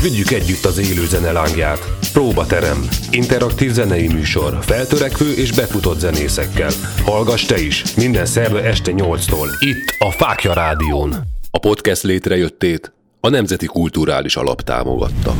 Vigyük együtt az élő zene lángját. Próbaterem. Interaktív zenei műsor. Feltörekvő és befutott zenészekkel. Hallgass te is. Minden szerda este 8-tól. Itt a Fáklya Rádión. A podcast létrejöttét a Nemzeti Kulturális Alap támogatta.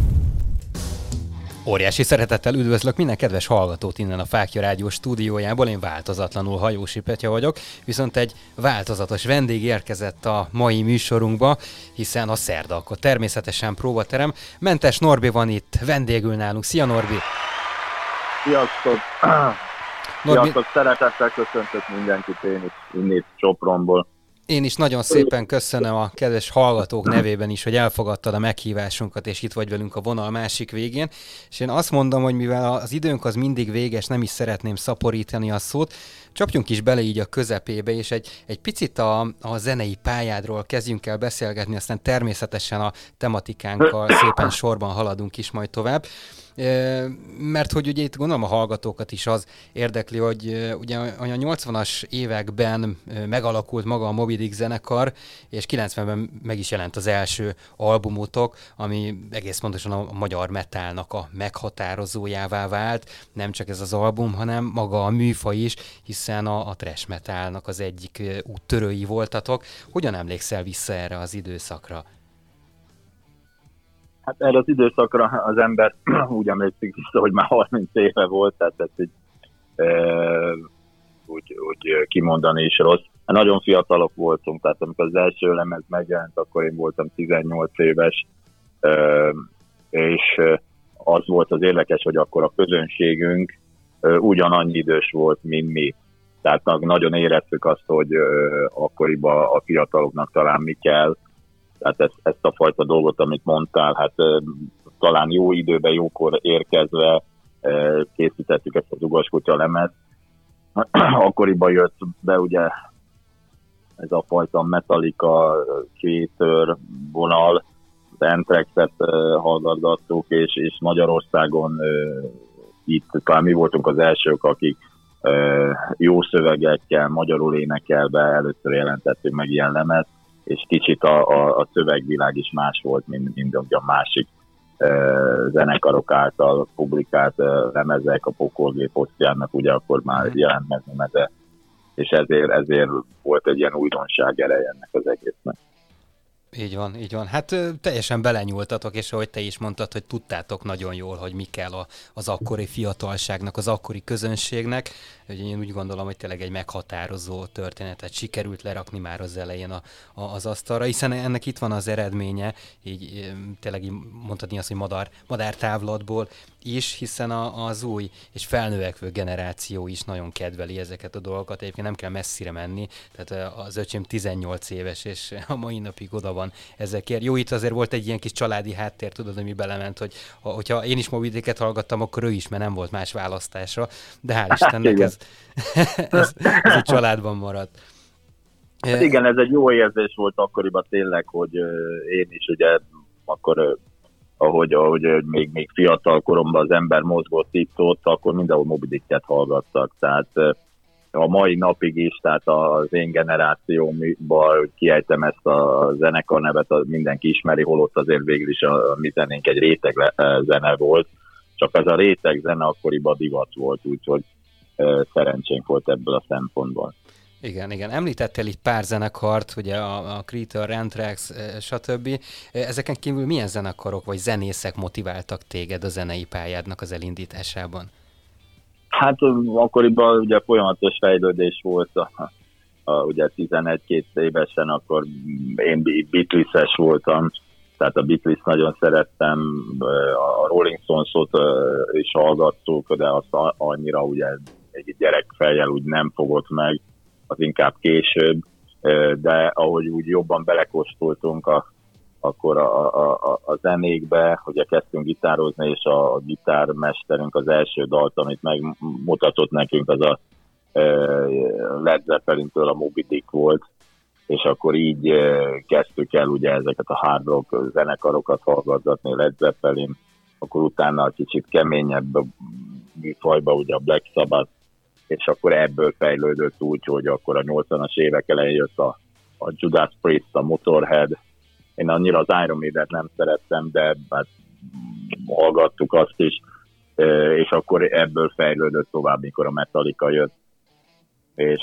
Óriási szeretettel üdvözlök minden kedves hallgatót innen a Fáklya Rádió stúdiójából. Én változatlanul Hajósi Petya vagyok, viszont egy változatos vendég érkezett a mai műsorunkba, hiszen a szerda, akkor természetesen próbaterem. Mentes Norbi van itt, vendégül nálunk. Szia Norbi! Sziasztok! Sziasztok! Szeretettel köszöntök mindenkit én is innét Sopronból. Én is nagyon szépen köszönöm a kedves hallgatók nevében is, hogy elfogadtad a meghívásunkat, és itt vagy velünk a vonal másik végén. És én azt mondom, hogy mivel az időnk az mindig véges, nem is szeretném szaporítani a szót, csapjunk is bele így a közepébe, és egy picit a zenei pályádról kezdjünk el beszélgetni, aztán természetesen a tematikánkkal szépen sorban haladunk is majd tovább. Mert hogy ugye itt gondolom a hallgatókat is az érdekli, hogy ugye a 80-as években megalakult maga a Moby Dick zenekar, és 90-ben meg is jelent az első albumotok, ami egész pontosan a magyar metálnak a meghatározójává vált. Nem csak ez az album, hanem maga a műfaj is, hiszen a thrash metalnak az egyik úttörői voltatok. Hogyan emlékszel vissza erre az időszakra? Hát erre az időszakra az ember úgy emlékszik vissza, hogy már 30 éve volt, tehát ezt így, úgy kimondani is rossz. Nagyon fiatalok voltunk, tehát amikor az első lemez megjelent, akkor én voltam 18 éves, és az volt az érdekes, hogy akkor a közönségünk ugyanannyi idős volt, mint mi. Tehát nagyon éreztük azt, hogy akkoriban a fiataloknak talán mi kell. Tehát ezt a fajta dolgot, amit mondtál, hát talán jó időben, jókor érkezve készítettük ezt az Ugaskutya lemezt. Akkoriban jött be ugye ez a fajta Metallica, Kreator vonal, az Anthraxet hallgatgattuk, és Magyarországon itt talán mi voltunk az elsők, akik jó szövegekkel, magyarul énekelve először jelentettük meg ilyen lemezt, és kicsit a szövegvilág is más volt, mint a másik zenekarok által publikált lemezek, a Pokolgép Osztjának ugye akkor már jelent meg lemeze, és ezért volt egy ilyen újdonság ereje ennek az egésznek. Így van, így van. Hát teljesen belenyúltatok, és ahogy te is mondtad, hogy tudtátok nagyon jól, hogy mi kell az akkori fiatalságnak, az akkori közönségnek. Én úgy gondolom, hogy tényleg egy meghatározó történetet sikerült lerakni már az elején az asztalra, hiszen ennek itt van az eredménye, így tényleg mondhatni azt, hogy madártávlatból is, hiszen az új és felnövekvő generáció is nagyon kedveli ezeket a dolgokat. Egyébként nem kell messzire menni, tehát az öcsém 18 éves, és a mai napig oda van ezekért. Jó, itt azért volt egy ilyen kis családi háttér, tudod, ami belement, hogy hogyha én is Moby Dicket hallgattam, akkor ő is, mert nem volt más választásra, de hál' Istennek ez egy családban maradt. Hát igen, ez egy jó érzés volt akkoriban tényleg, hogy én is ugye akkor, ahogy még fiatal koromban az ember mozgott itt-ott, akkor mindenhol Moby Dicket hallgattak, tehát a mai napig is, tehát az én generációmban, hogy kiejtem ezt a zenekar nevet, mindenki ismeri, holott azért végül is a mi zenénk egy réteg zene volt, csak ez a réteg zene akkoriban divat volt, úgyhogy szerencsénk volt ebből a szempontból. Igen. Említettél itt pár zenekart, ugye a Kreator, Anthrax, stb. Ezeken kívül milyen zenekarok vagy zenészek motiváltak téged a zenei pályádnak az elindításában? Hát akkoriban ugye folyamatos fejlődés volt, ugye 11-2 évesen, akkor én Beatles-es voltam, tehát a Beatles nagyon szerettem, a Rolling Stones-ot is hallgattuk, de azt annyira ugye egy gyerekfejjel úgy nem fogott meg, az inkább később, de ahogy úgy jobban belekóstoltunk akkor a zenékbe, ugye kezdtünk gitározni, és a gitármesterünk az első dalt, amit megmutatott nekünk, az a Led Zeppelintől a Moby Dick volt, és akkor így kezdtük el ugye ezeket a hard rock zenekarokat hallgatni, Led Zeppelin, akkor utána kicsit keményebb műfajba, ugye a Black Sabbath, és akkor ebből fejlődött úgy, hogy akkor a 80-as évek elején jött a Judas Priest, a Motorhead, Én annyira az Iron Maident nem szerettem, de hát hallgattuk azt is, és akkor ebből fejlődött tovább, mikor a Metallica jött. És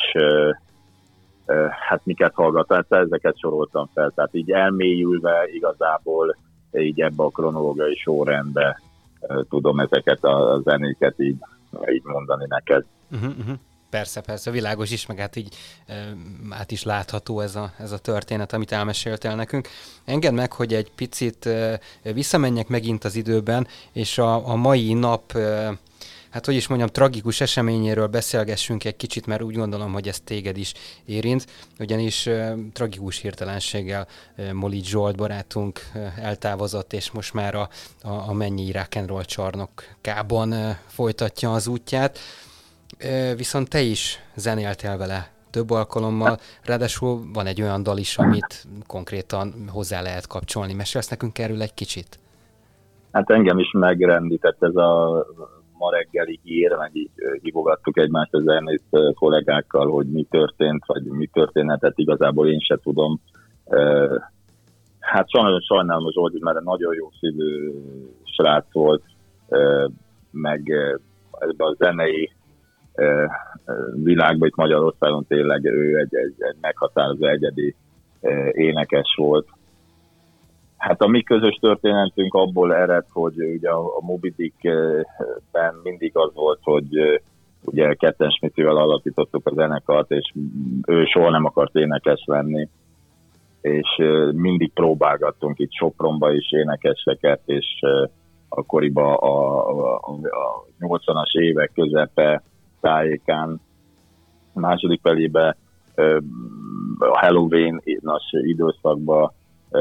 hát miket hallgattam, ezeket soroltam fel, tehát így elmélyülve igazából így ebbe a kronológiai sorrendbe tudom ezeket a zenéket így mondani neked. Persze, világos is, meg hát így át is látható ez a történet, amit elmeséltél nekünk. Engedd meg, hogy egy picit visszamenjek megint az időben, és a mai nap, hát hogy is mondjam, tragikus eseményéről beszélgessünk egy kicsit, mert úgy gondolom, hogy ez téged is érint, ugyanis tragikus hirtelenséggel Molic Zsolt barátunk eltávozott, és most már a Mennyi Rock and Roll csarnokában folytatja az útját. Viszont te is zenéltél vele több alkalommal, ráadásul van egy olyan dal is, amit konkrétan hozzá lehet kapcsolni. Mesélsz nekünk erről egy kicsit? Hát engem is megrendített ez a ma reggeli hír, meg így hívogattuk egymást a zenész kollégákkal, hogy mi történt, vagy mi történhetett, igazából én se tudom. Hát sajnálom a Zsolti, mert nagyon jó szívű srác volt, meg ebben a zenei világban, itt Magyarországon tényleg ő egy meghatározó egyedi énekes volt. Hát a mi közös történetünk abból ered, hogy ugye a Moby Dickben mindig az volt, hogy ugye Ketten Schmittivel alapítottuk a zenekart, és ő soha nem akart énekes lenni, és mindig próbálgattunk itt Sopronba is énekeseket, és akkoriban a 80-as évek közepe tájékán, második felébe a Halloween-nas időszakban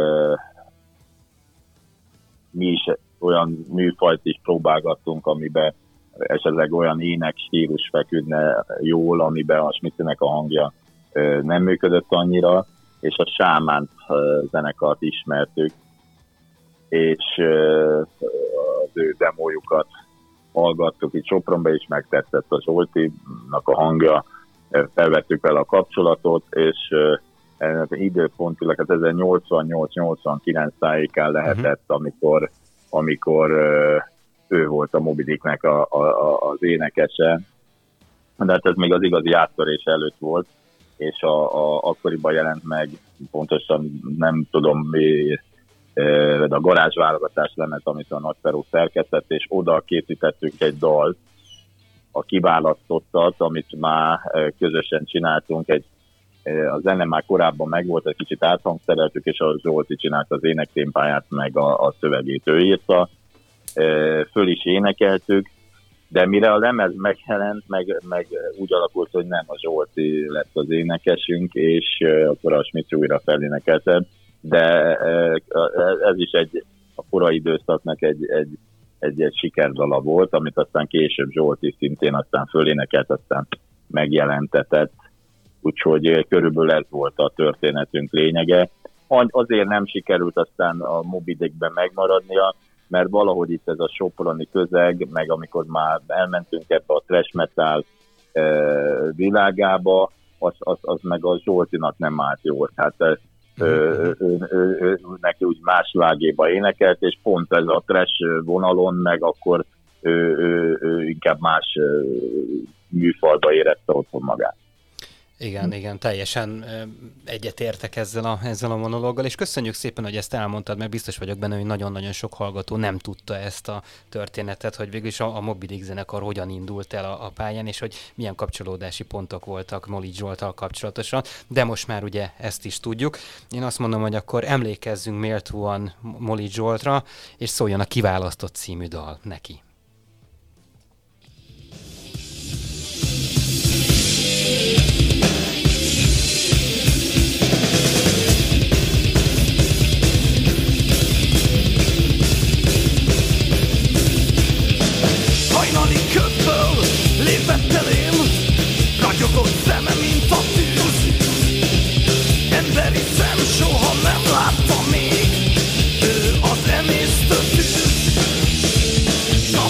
mi is olyan műfajt is próbálgattunk, amiben esetleg olyan ének stílus feküdne jól, amiben a Schmittinek a hangja nem működött annyira, és a Sámánt zenekart ismertük, és az ő demójukat hallgattuk itt Sopronba, és megtetszett a Zsoltinak a hangja, felvettük vele a kapcsolatot, és időpontilag, hát 1988-89 tájékán lehetett, amikor ő volt a Moby Dicknek az énekese, de hát ez még az igazi áttörés előtt volt, és akkoriban jelent meg, pontosan nem tudom mi, a garázsválogatás lemez, amit a Nagyperó szerkesztett, és oda készítettünk egy dalt, a kiválasztottat, amit már közösen csináltunk, a zene már korábban megvolt, egy kicsit áthangszereltük, és a Zsolti csinált az énektémpáját, meg a szövegét ő írta, föl is énekeltük, de mire a lemez megjelent, meg úgy alakult, hogy nem a Zsolti lett az énekesünk, és akkor a Schmidt újra felénekelte, de ez is a korai időszaknak egy sikerdala volt, amit aztán később Zsolti szintén aztán fölénekelt, aztán megjelentetett, úgyhogy körülbelül ez volt a történetünk lényege. Azért nem sikerült aztán a Moby Dickben megmaradnia, mert valahogy itt ez a soproni közeg, meg amikor már elmentünk ebbe a thrash metal világába, az meg a Zsoltinak nem állt jól. Tehát neki úgy más lágéba énekelt, és pont ez a thrash vonalon, meg akkor ő inkább más műfajba érezte otthon magát. Igen, teljesen egyetértek ezzel a monológgal, és köszönjük szépen, hogy ezt elmondtad, mert biztos vagyok benne, hogy nagyon-nagyon sok hallgató nem tudta ezt a történetet, hogy végülis a Moby Dick zenekar hogyan indult el a pályán, és hogy milyen kapcsolódási pontok voltak Molic Zsolttal kapcsolatosan, de most már ugye ezt is tudjuk. Én azt mondom, hogy akkor emlékezzünk méltóan Molic Zsoltra, és szóljon a Kiválasztott című dal neki. Lépett elém, ragyogott szeme, mint a tűz. Emberi szem soha nem látta még, ő az emésztő tűz. S a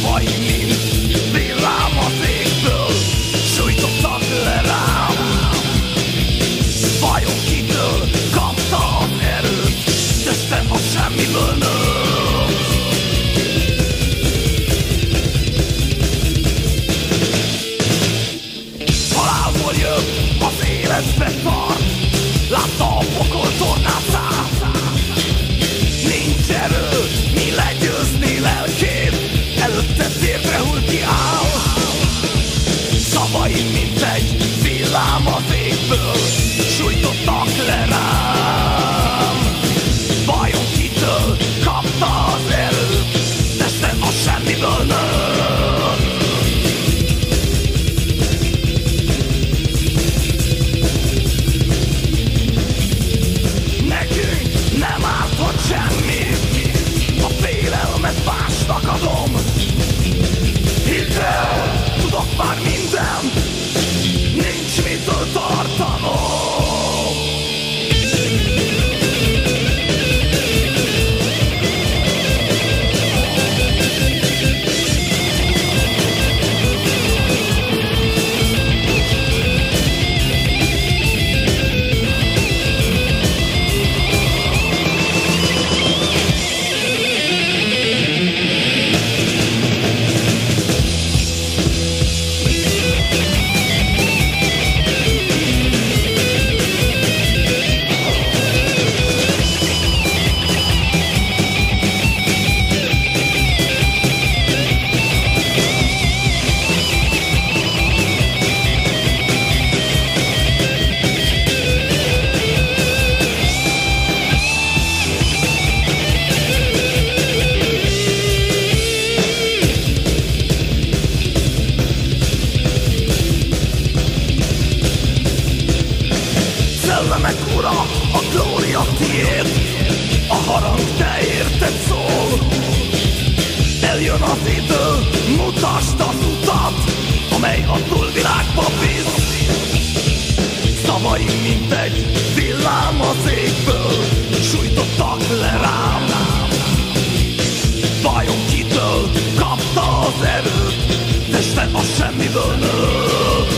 Jön az idő, mutasd az utat, amely a túlvilágba visz. Szavaim mint egy villám az égből, sújtottak le rám. Vajon kitől kapta az erőt, tested a semmiből nőtt.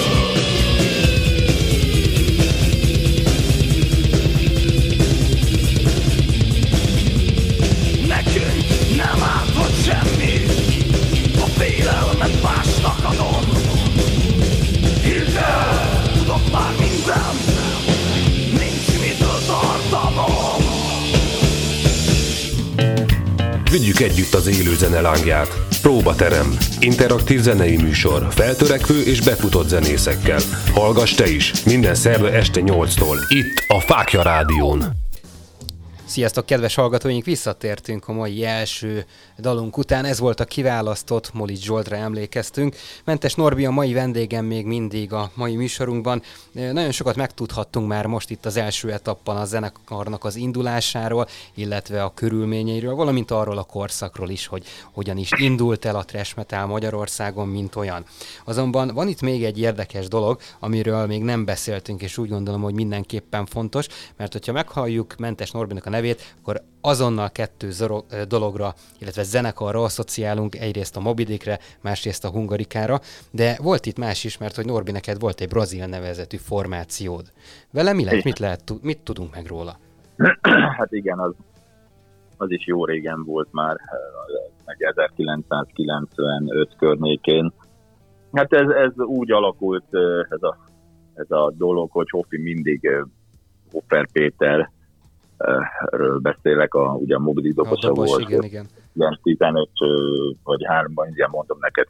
Nekünk nem ártott semmi, a félelmet másnak adom. Hidd el, tudok már minden, nincs mitől tartanom. Vigyük együtt az élő zene lángját. Próbaterem. Interaktív zenei műsor. Feltörekvő és befutott zenészekkel. Hallgass te is. Minden szerda este 8-tól. Itt a Fáklya Rádión. Sziasztok, kedves hallgatóink! Visszatértünk a mai első dalunk után. Ez volt a kiválasztott, Molics Zsoltra emlékeztünk. Mentes Norbi a mai vendégem még mindig a mai műsorunkban. Nagyon sokat megtudhattunk már most itt az első etapban a zenekarnak az indulásáról, illetve a körülményeiről, valamint arról a korszakról is, hogy hogyan is indult el a thrash metal Magyarországon, mint olyan. Azonban van itt még egy érdekes dolog, amiről még nem beszéltünk, és úgy gondolom, hogy mindenképpen fontos, mert hogyha meghalljuk Mentes Norbinak a nevét, akkor azonnal kettő dologra, illetve zenekarra asszociálunk, egyrészt a Moby Dickre, másrészt a Hungarikára, de volt itt más is, mert hogy Norbi, neked volt egy Brazil nevezetű formációd. Vele mi lett? Mit tudunk meg róla? Hát igen, az is jó régen volt már, meg 1995 környékén. Hát ez úgy alakult, ez a dolog, hogy Hoffi mindig Hoffer Péter, ről beszélek, ugye a Moby Dick dobosa volt. Igen. 15 vagy 3-ban, ugye mondom neked,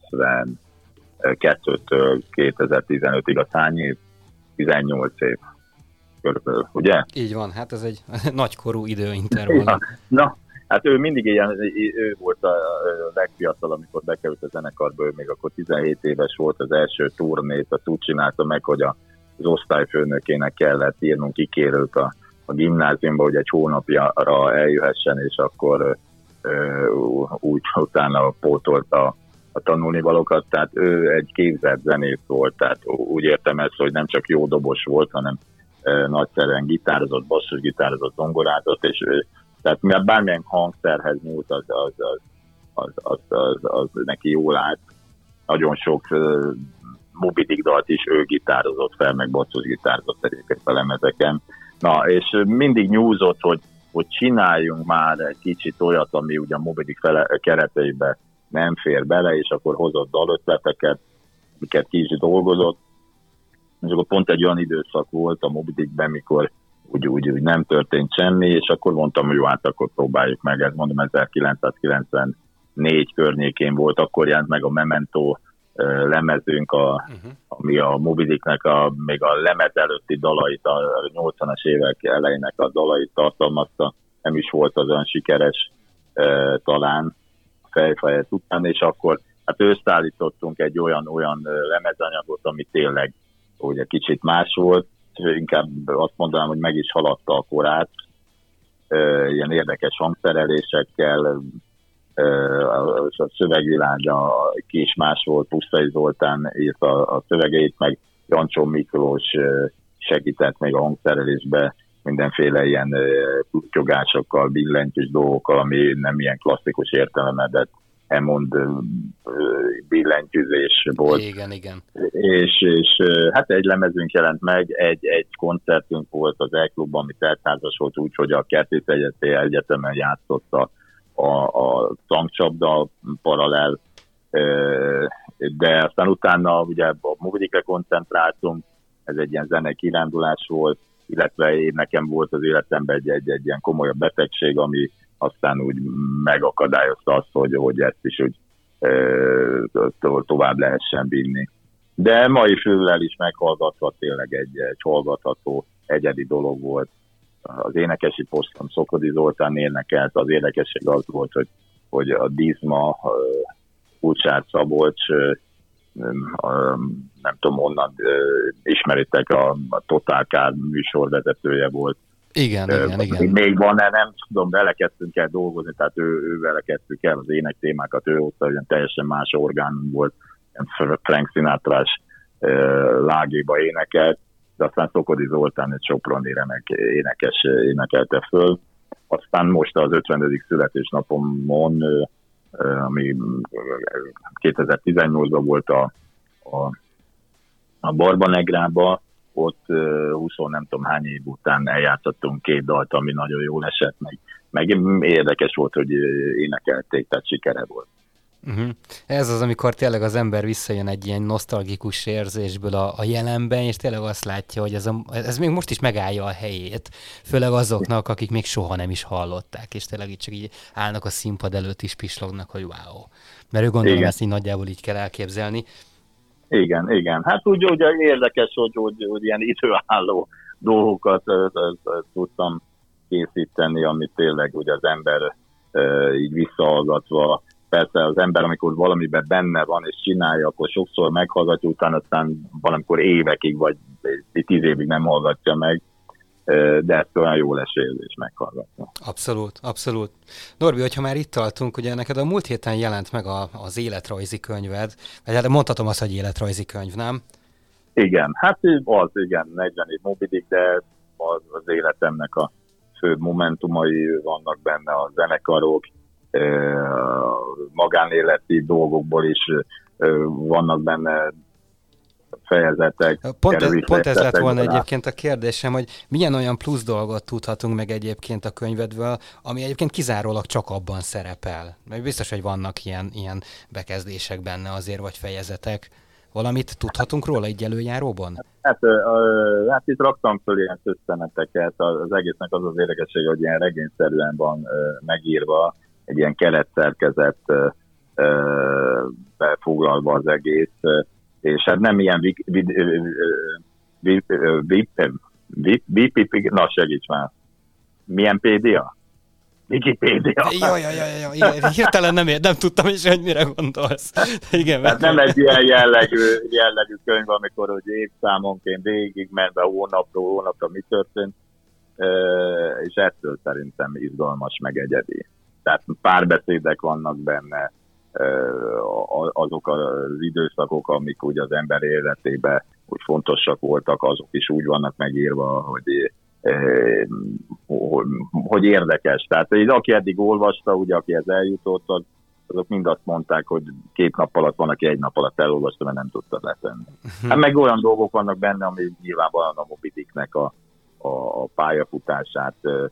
92-től 2015-ig a hány év? 18 év körülbelül, ugye? Így van, hát ez egy nagykorú időintervallum. Na, hát ő mindig ilyen, ő volt a legfiatal, amikor bekerült a zenekarba, ő még akkor 17 éves volt, az első turnét, azt úgy csinálta meg, hogy az osztályfőnökének kellett írnunk kikérők a gimnáziumba, hogy egy hónapjára eljöhessen, és akkor úgy utána pótolta a tanulnivalókat, tehát ő egy képzett zenész volt, tehát úgy értem ezt, hogy nem csak jó dobos volt, hanem nagyszerűen gitározott, basszusgitározott, zongorázott, és tehát bármilyen hangszerhez nyúlt, az neki jól állt. Nagyon sok Moby Dick dalt is ő gitározott fel, meg basszusgitározott egyébként a lemezeken. Na, és mindig nyúzott, hogy csináljunk már egy kicsit olyat, ami ugye a Moby Dick kereteibe nem fér bele, és akkor hozott dalötleteket, amiket ki is dolgozott. És akkor pont egy olyan időszak volt a Moby Dickben, mikor úgy nem történt semmi, és akkor mondtam, hogy jó, hát akkor próbáljuk meg. Ez mondom, 1994 környékén volt, akkor jelent meg a Memento lemezünk, ami a Moby Dicknek még a lemez előtti dalait, a 80-as évek elejének a dalait tartalmazta, nem is volt az olyan sikeres talán fejfejet után, és akkor hát összeállítottunk egy olyan lemezanyagot, ami tényleg ugye kicsit más volt, inkább azt mondanám, hogy meg is haladta a korát, ilyen érdekes hangszerelésekkel, a szövegvilága kis más volt, Pusztai Zoltán írt a szövegeit, meg Jancsó Miklós segített még a hangszerelésbe mindenféle ilyen kuttyogásokkal, billentyűs dolgokkal, ami nem ilyen klasszikus értelemedett Hammond billentyűzés volt. Igen. És hát egy lemezünk jelent meg, egy koncertünk volt az E-klubban, ami teltházas úgy, hogy a Kertészeti Egyetemen játszotta a tankcsapda paralel, de aztán utána ugye a Moby Dickre koncentráltunk, ez egy ilyen zenei kirándulás volt, illetve nekem volt az életemben egy ilyen komolyabb betegség, ami aztán úgy megakadályozta azt, hogy ezt is úgy tovább lehessen vinni. De mai füllel is meghallgatva tényleg egy hallgatható, egyedi dolog volt. Az énekesi poszton Szokodi Zoltán énekelt, az érdekesség az volt, hogy a Dizma, Kulcsár Szabolcs, nem tudom honnan ismeritek, a Total Car műsorvezetője volt. Igen. Még van, nem tudom, vele kezdtünk el dolgozni, tehát ő vele kezdtük el az ének témákat, ő ott olyan teljesen más orgánum volt, Frank Sinatra-s lágéba énekelt, de aztán Szokodi Zoltán egy soproni remek énekes énekelte föl. Aztán most az 50. születésnapomon, ami 2018-ban volt a Barbanegrába, ott 20 nem tudom hány év után eljátszottunk 2 dalt, ami nagyon jól esett, meg érdekes volt, hogy énekelték, tehát sikere volt. Uh-huh. Ez az, amikor tényleg az ember visszajön egy ilyen nosztalgikus érzésből a jelenben, és tényleg azt látja, hogy ez még most is megállja a helyét, főleg azoknak, akik még soha nem is hallották, és tényleg itt csak így állnak a színpad előtt is pislognak, hogy wow. Mert ő gondolom, ezt így nagyjából így kell elképzelni. Igen. Hát ugye érdekes, hogy ilyen időálló dolgokat tudtam készíteni, amit tényleg ugye az ember így visszahallgatva. Persze az ember, amikor valamiben benne van és csinálja, akkor sokszor meghallgatja, utána aztán valamikor évekig, vagy 10 évig nem hallgatja meg, de ezt olyan jó lesz érzés meghallgatni. Abszolút. Norbi, hogyha már itt tartunk, ugye neked a múlt héten jelent meg az életrajzi könyved, vagy hát mondhatom azt, hogy életrajzi könyv, nem? Igen, hát igen, 40 év Moby Dick, de az életemnek a fő momentumai vannak benne, a zenekarok, magánéleti dolgokból is vannak benne fejezetek. Pont ez lett volna egyébként a kérdésem, hogy milyen olyan plusz dolgot tudhatunk meg egyébként a könyvedből, ami egyébként kizárólag csak abban szerepel. Mert biztos, hogy vannak ilyen bekezdések benne azért, vagy fejezetek. Valamit tudhatunk róla így előjáróban? Hát itt raktam föl ilyen szösszeneteket, az egésznek az érdekessége, hogy ilyen regényszerűen van megírva, egy ilyen keretszerkezet befoglalva az egész, és hát nem ilyen na segíts már, milyen pédia? Wikipédia. Jaj, hirtelen nem tudtam is, hogy mire gondolsz. Igen, hát nem egy ilyen jellegű könyv, amikor hogy évszámonként végig menve hónapról hónapra mi történt, és ettől szerintem izgalmas meg egyedi. Tehát párbeszédek vannak benne, azok az időszakok, amik ugye az ember életében úgy fontosak voltak, azok is úgy vannak megírva, hogy érdekes. Tehát aki eddig olvasta, ugye aki ez eljutott, azok mind azt mondták, hogy 2 nap alatt van, aki 1 nap alatt elolvasta, mert nem tudta letenni. Hát meg olyan dolgok vannak benne, ami nyilvánvalóan a Moby Dicknek a pályafutását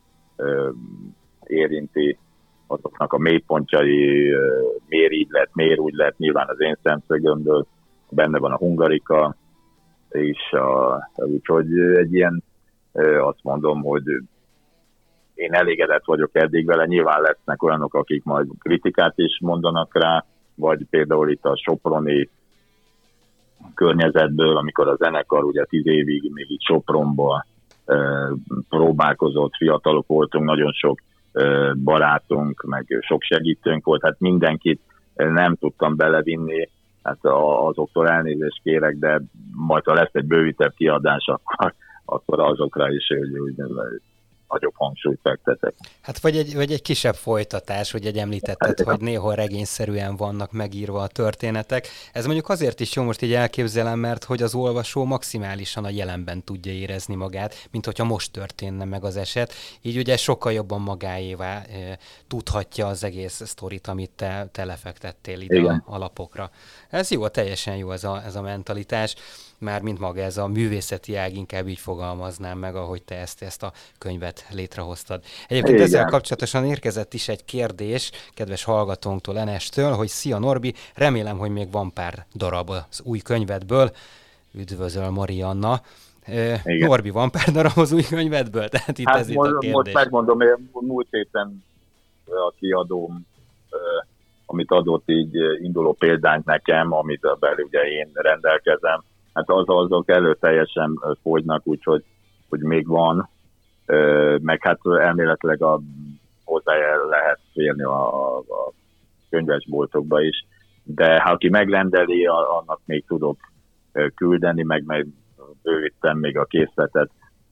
érinti, azoknak a mélypontjai, miért így lett, miért úgy lett, nyilván az én szemszögömből, benne van a Hungarika, és úgyhogy egy ilyen, azt mondom, hogy én elégedett vagyok eddig vele, nyilván lesznek olyanok, akik majd kritikát is mondanak rá, vagy például itt a soproni környezetből, amikor a zenekar ugye 10 évig még itt Sopronban próbálkozott, fiatalok voltunk, nagyon sok barátunk, meg sok segítőnk volt, hát mindenkit nem tudtam belevinni, hát azoktól elnézést kérek, de majd ha lesz egy bővítebb kiadás, akkor azokra is nagyobb hangsúlyt fektetek. Hát vagy egy kisebb folytatás, hogy említetted, hogy néhol regényszerűen vannak megírva a történetek. Ez mondjuk azért is jó, most így elképzelem, mert hogy az olvasó maximálisan a jelenben tudja érezni magát, mint hogyha most történne meg az eset. Így ugye sokkal jobban magáévá tudhatja az egész sztorit, amit te lefektettél ide a lapokra. Ez jó, teljesen jó ez a mentalitás. Mármint maga ez a művészeti ág, inkább így fogalmaznám meg, ahogy te ezt a könyvet létrehoztad. Egyébként ezzel kapcsolatosan érkezett is egy kérdés, kedves hallgatónktól, Enestől, hogy szia Norbi, remélem, hogy még van pár darab az új könyvedből. Üdvözöl Marianna. Norbi, van pár darab az új könyvedből? Tehát itt ez itt a kérdés. Most megmondom, múlt héten a kiadóm, amit adott így induló példányt nekem, amit belül ugye én rendelkezem, hát azok előteljesen fogynak, úgyhogy még van, meg hát elméletileg hozzá lehet férni a könyvesboltokba is, de ha aki megrendeli, annak még tudok küldeni, meg bővítem még a készletet,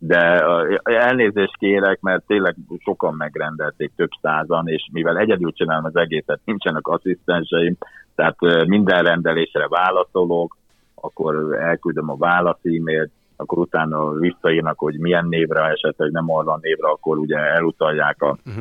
de elnézést kérek, mert tényleg sokan megrendelték, több százan, és mivel egyedül csinálom az egészet, nincsenek asszisztenseim, tehát minden rendelésre válaszolok, akkor elküldöm a válasz e-mailt, akkor utána visszaírnak, hogy milyen névre, esetleg nem arra a névre, akkor ugye elutalják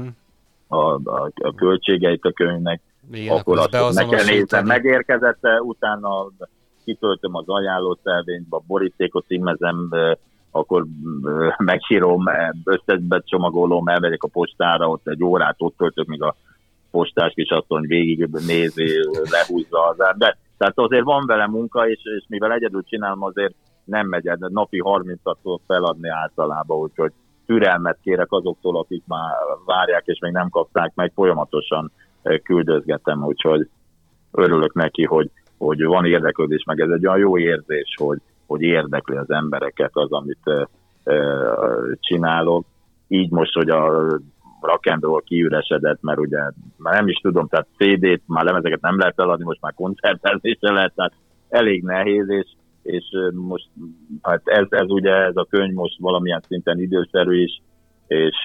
a költségeit a könyvnek, igen, akkor azt meg kell néznem, megérkezett-e, utána kitöltöm az ajánlószervényt, a borítékot címezem, akkor megírom, összebecsomagolom, elmegyek a postára, ott egy órát ott töltök, míg a postás kisasszony végig nézi, lehúzza az ember. Tehát azért van vele munka, és mivel egyedül csinálom, azért nem megy, napi 30-at tudok feladni általában, úgyhogy türelmet kérek azoktól, akik már várják, és még nem kapták meg, folyamatosan küldözgetem, úgyhogy örülök neki, hogy van érdeklődés, meg ez egy olyan jó érzés, hogy érdekli az embereket az, amit csinálok. Így most, hogy a rock and roll kiüresedett, mert ugye már nem is tudom, tehát CD-t, már lemezeket nem lehet eladni, most már koncertezésre lehet, tehát elég nehéz, és most hát ez ugye, ez a könyv most valamilyen szinten időszerű is, és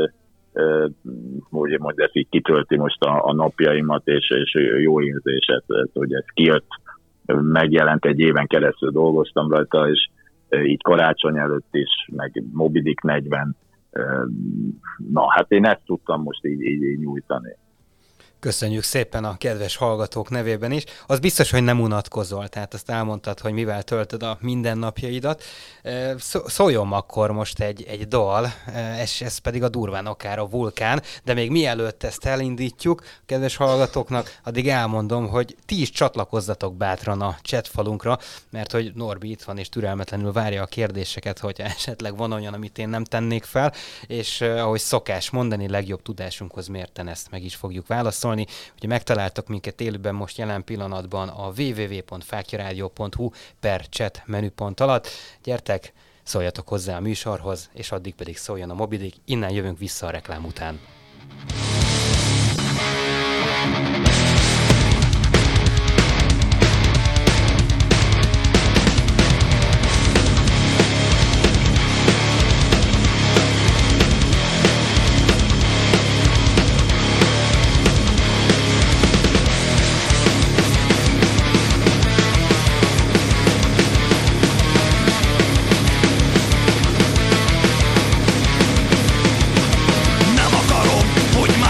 ugye most ez így kitölti most a napjaimat, és jó érzés, hogy ez kijött, megjelent, egy éven keresztül dolgoztam rajta, és így karácsony előtt is, meg Moby Dick 40. Na, hát én ezt tudtam most így nyújtani. Köszönjük szépen a kedves hallgatók nevében is. Az biztos, hogy nem unatkozol, tehát azt elmondtad, hogy mivel töltöd a mindennapjaidat. Szóljon akkor most egy dal, ez pedig a Durván akár a Vulkán, de még mielőtt ezt elindítjuk kedves hallgatóknak, addig elmondom, hogy ti is csatlakozzatok bátran a chatfalunkra, mert hogy Norbi itt van és türelmetlenül várja a kérdéseket, hogyha esetleg van olyan, amit én nem tennék fel, és ahogy szokás mondani, legjobb tudásunkhoz mérten ezt meg is fogjuk válaszolni. Ugye megtaláltak minket élőben most jelen pillanatban a www.fakyaradio.hu/chat menüpont alatt. Gyertek, szóljatok hozzá a műsorhoz, és addig pedig szóljon a Moby Dick. Innen jövünk vissza a reklám után. Nem akarom, hogy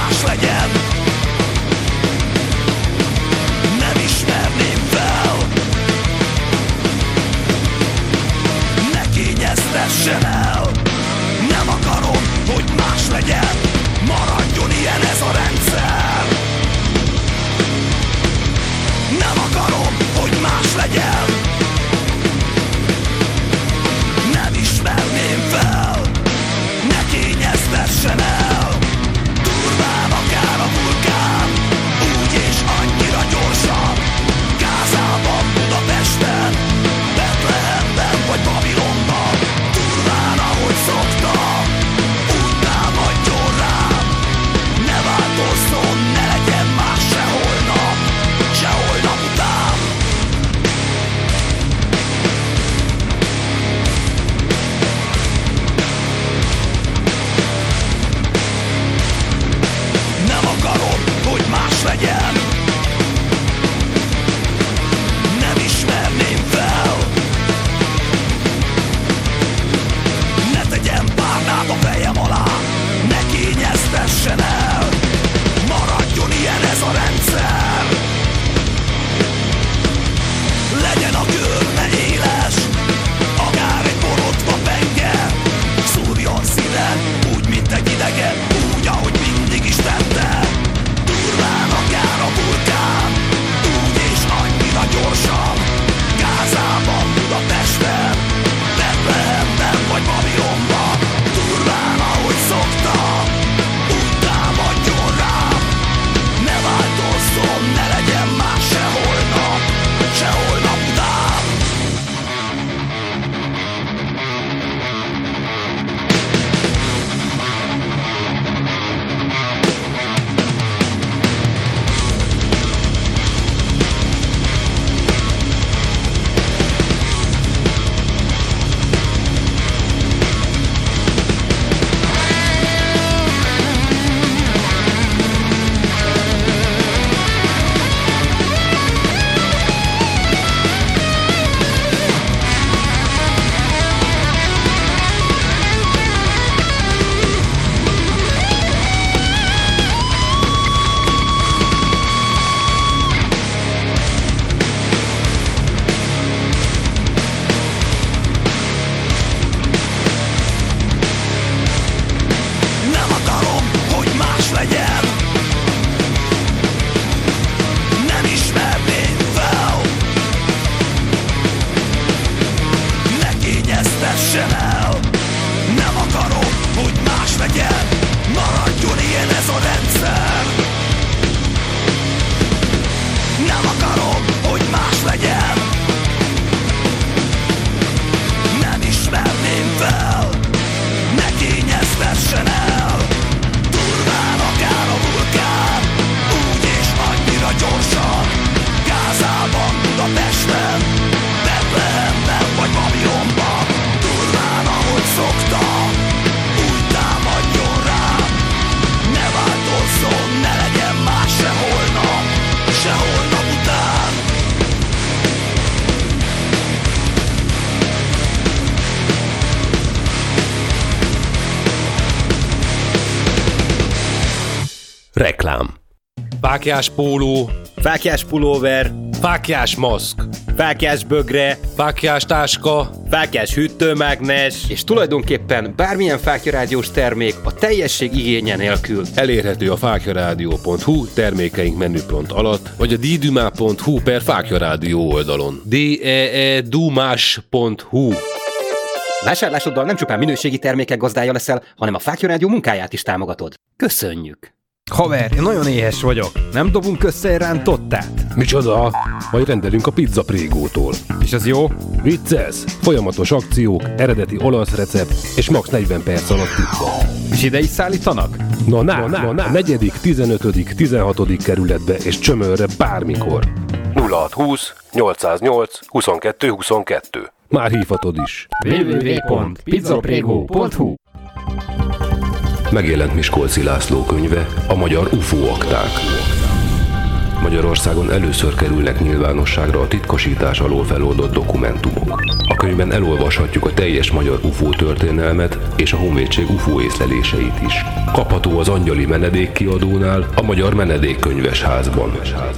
Reklám. Fáklyás póló, fáklyás pulóver, fáklyás maszk, fáklyás bögre, fáklyás táska, fáklyás hűtőmágnes, És tulajdonképpen bármilyen fáklyaradiós termék a teljesség igénye nélkül. elérhető a fáklyaradio.hu termékeink menüpont alatt, vagy a ddumá.hu/fáklyaradio oldalon. deedumás.hu. Vásárlásoddal nem csupán minőségi termékek gazdája leszel, hanem a Fákja Rádió munkáját is támogatod. Köszönjük! Haver, én nagyon éhes vagyok. Nem dobunk össze egy rántottát? Micsoda? Majd rendelünk a Pizza Prégótól. És az jó? Vicces! Folyamatos akciók, eredeti olasz recept és max. 40 perc alatt pizza. És ide is szállítanak? Na, a 4., 15., 16. kerületbe és Csömörre bármikor. 0620 808 22 22. Már hívhatod is. www.pizzaprego.hu. Megjelent Miskolci László könyve, a magyar UFO akták. Magyarországon először kerülnek nyilvánosságra a titkosítás alól feloldott dokumentumok. A könyvben elolvashatjuk a teljes magyar UFO történelmet és a honvédség UFO észleléseit is. Kapható az Angyali Menedék kiadónál, a Magyar Menedékkönyvesházban.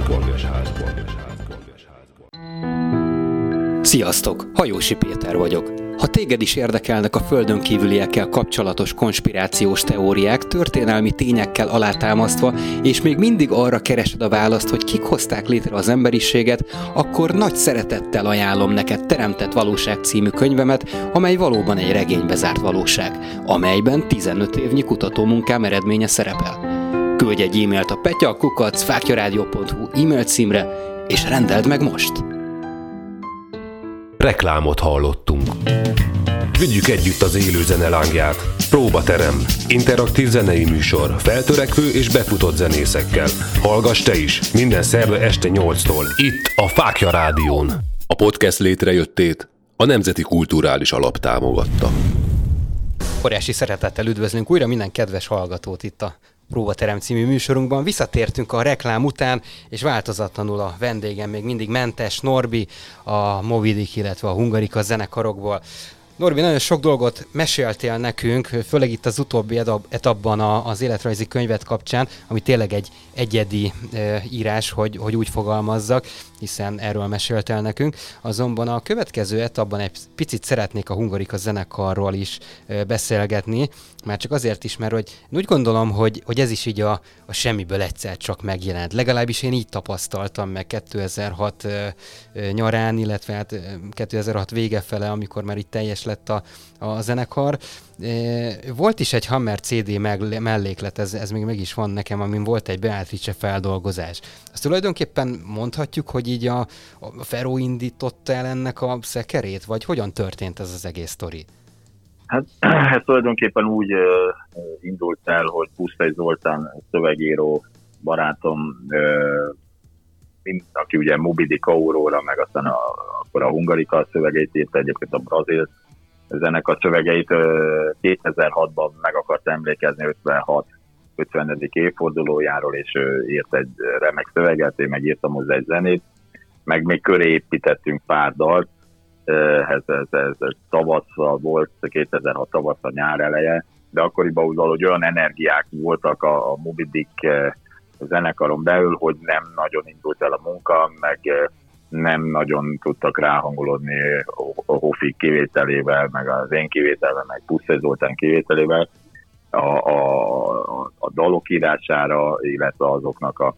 Sziasztok! Hajósi Péter vagyok. Ha téged is érdekelnek a földön kívüliekkel kapcsolatos konspirációs teóriák, történelmi tényekkel alátámasztva, és még mindig arra keresed a választ, hogy kik hozták létre az emberiséget, akkor nagy szeretettel ajánlom neked Teremtett Valóság című könyvemet, amely valóban egy regénybe zárt valóság, amelyben 15 évnyi kutatómunkám eredménye szerepel. Küldj egy e-mailt a petya@fáklyaradio.hu e-mail címre, és rendeld meg most! Reklámot hallottunk. Vigyük együtt az élő zene lángját. Próbaterem. Interaktív zenei műsor. Feltörekvő és befutott zenészekkel. Hallgass te is. Minden szerda este 8-tól. Itt a Fákja Rádión. A podcast létrejöttét a Nemzeti Kulturális Alap támogatta. Óriási szeretettel üdvözlünk újra minden kedves hallgatót itt a Próbaterem című műsorunkban. Visszatértünk a reklám után, és változatlanul a vendégem még mindig Mentes Norbi, a Moby Dick, illetve a Hungarika zenekarokból. Norbi, nagyon sok dolgot meséltél nekünk, főleg itt az utóbbi etapban az életrajzi könyvet kapcsán, ami tényleg egy egyedi írás, hogy úgy fogalmazzak, hiszen erről meséltél nekünk. Azonban a következő etapban egy picit szeretnék a Hungarika zenekarról is beszélgetni, már csak azért is, mert hogy úgy gondolom, hogy ez is így a semmiből egyszer csak megjelent. Legalábbis én így tapasztaltam meg 2006 nyarán, illetve hát 2006 vége fele, amikor már így teljes lett a zenekar. Volt is egy Hammer CD melléklet, ez még meg is van nekem, amin volt egy Beatrice feldolgozás. Azt tulajdonképpen mondhatjuk, hogy így a Feró indította el ennek a szekerét, vagy hogyan történt ez az egész sztori? Hát ez tulajdonképpen úgy indult el, hogy Pusztai Zoltán szövegíró barátom, aki ugye Moby Dick Aurora, meg aztán akkor a Hungarika szövegeit írta, egyébként a brazil zenekar szövegeit 2006-ban meg akart emlékezni 50. évfordulójáról, és írt egy remek szöveget, én megírtam hozzá egy zenét, meg még köré építettünk pár dalt, ez tavasszal volt, 2006 tavasszal, nyár eleje, de akkoriban úgy valahogy olyan energiák voltak a Moby Dick zenekaron belül, hogy nem nagyon indult el a munka, meg nem nagyon tudtak ráhangolódni a Hofi kivételével, meg az én kivételvel, meg Pusztai Zoltán kivételével a dalok írására, illetve azoknak a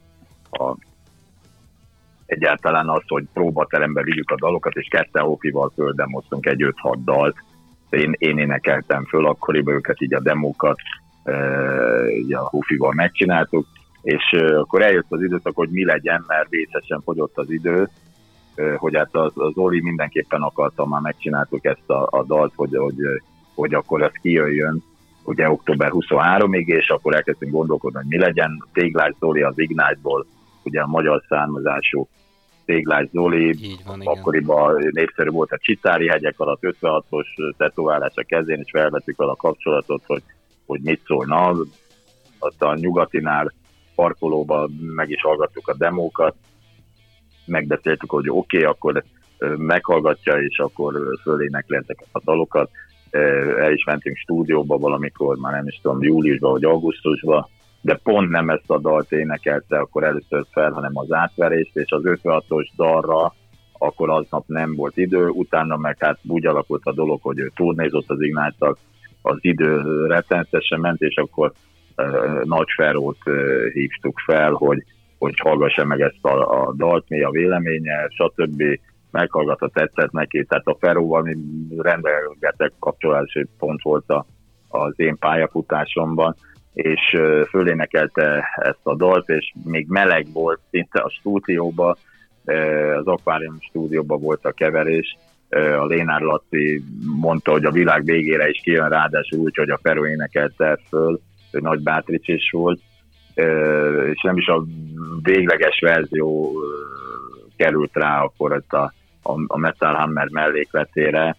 egyáltalán az, hogy próbaterembe vigyük a dalokat, és ketten Hofival földemoztunk egy 5-6 dalt. Én énekeltem föl akkoriban őket, így a demókat a Hofival megcsináltuk, és akkor eljött az időszak, hogy mi legyen, mert vészesen fogyott az idő, hogy hát az Oli mindenképpen akarta, már megcsináltuk ezt a dalt, hogy akkor ez kijöjjön, ugye október 23-ig, és akkor elkezdtünk gondolkodni, hogy mi legyen. Téglás Zoli az Ignite-ból, ugye a magyar származású Téglás Zoli, akkoriban népszerű volt a Csitári hegyek alatt, 56-os tetoválás a kezén, és felvettük vele a kapcsolatot, hogy mit szólna. Azt a Nyugatinál parkolóban meg is hallgattuk a demókat, megbeszéltük, hogy oké, akkor meghallgatja, és akkor fölénekli ezeket a dalokat. El is mentünk stúdióba valamikor, már nem is tudom, júliusban vagy augusztusban, de pont nem ezt a dalt énekelte akkor először fel, hanem az átverést, és az 56-os dalra akkor aznap nem volt idő, utána meg hát úgy alakult a dolog, hogy ő turnézott az Ignáttal, az idő rettenetesen ment, és akkor Nagy Ferót hívtuk fel, hogy hallgassa meg ezt a dalt, mi a véleménye, stb. Meghallgatta, tetszett neki, tehát a Feróval rendelgetett kapcsolási pont volt az én pályafutásomban, és fölénekelte ezt a dalt, és még meleg volt szinte a stúdióban, az Aquarium stúdióban volt a keverés, a Lénár Laci mondta, hogy a világ végére is kijön, ráadásul úgy, hogy a Feró énekelte föl, hogy Nagy Bátrics is volt, és nem is a végleges verzió került rá akkor a Metal Hammer mellékletére,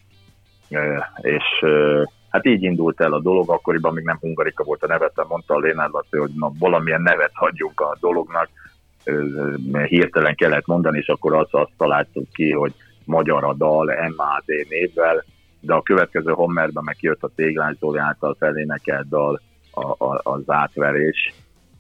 és hát így indult el a dolog, akkoriban még nem Hungarika volt a neve, mondta a Lénár Laci, hogy na, valamilyen nevet hagyjunk a dolognak, hirtelen kellett mondani, és akkor azt találtuk ki, hogy Magyar a dal, MAD névvel, de a következő Hammerben meg jött a Téglás Zoli által felénekelt dal, az átverés,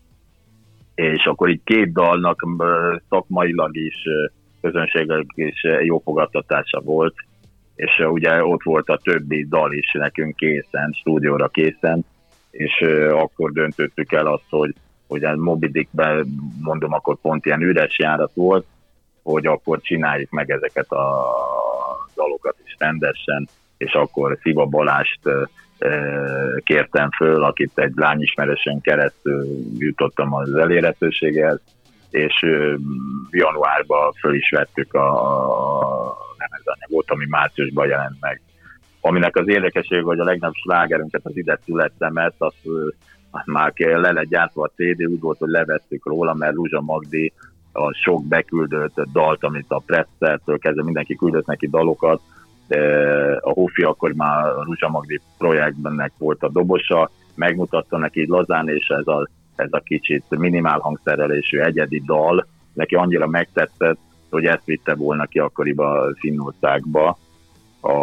és akkor így két dalnak szakmailag is, közönségileg is jó fogadtatása volt, és ugye ott volt a többi dal is nekünk készen, stúdióra készen, és akkor döntöttük el azt, hogy a Moby Dickben, mondom, akkor pont ilyen üres járat volt, hogy akkor csináljuk meg ezeket a dalokat is rendesen, és akkor Sziva Balást kértem föl, akit egy lányismerősen keresztül jutottam az elérhetőséghez, és januárban föl is vettük a lemezanyagot, ami márciusban jelent meg. Aminek az érdekessége, hogy a legnagyobb slágerünket, az Ide születtemet, azt már le lett gyártva a CD, úgy volt, hogy levettük róla, mert Ruzsa Magdi a sok beküldött dalt, amit a Presszertől kezdve mindenki küldött neki dalokat. A Hofi akkor már a Ruzsa Magdi projektbennek volt a dobosa, megmutatta neki lazán, és ez a kicsit minimál hangszerelésű egyedi dal, neki annyira megtetszett, hogy ezt vitte volna ki akkoriban Finnországba a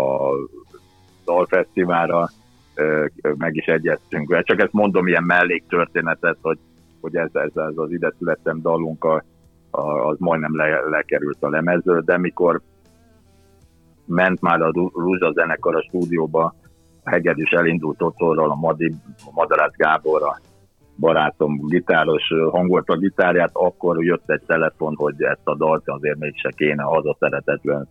dalfesztiválra, meg is egyeztünk. Csak ezt mondom, ilyen melléktörténetet, hogy ez az Ide születtem dalunk, az majdnem lekerült a lemezről, de mikor ment már a Ruzsa zenekar a stúdióba, a Hegedűs elindult otthonról, a Madarász Gábor, a barátom gitáros hangolt a gitárját, akkor jött egy telefon, hogy ezt a dalt azért mégse kéne hazaszeretetlen,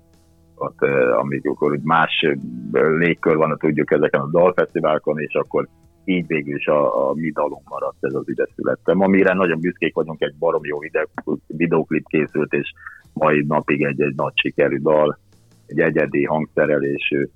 amikor más légkör van, tudjuk ezeken a dalfesztiválokon, és akkor így végül is a mi dalunk maradt, ez az Ide születtem, amire nagyon büszkék vagyunk, egy baromi jó videóklip készült, és mai napig egy nagy sikerű dal, egy egyedi hangszerelésű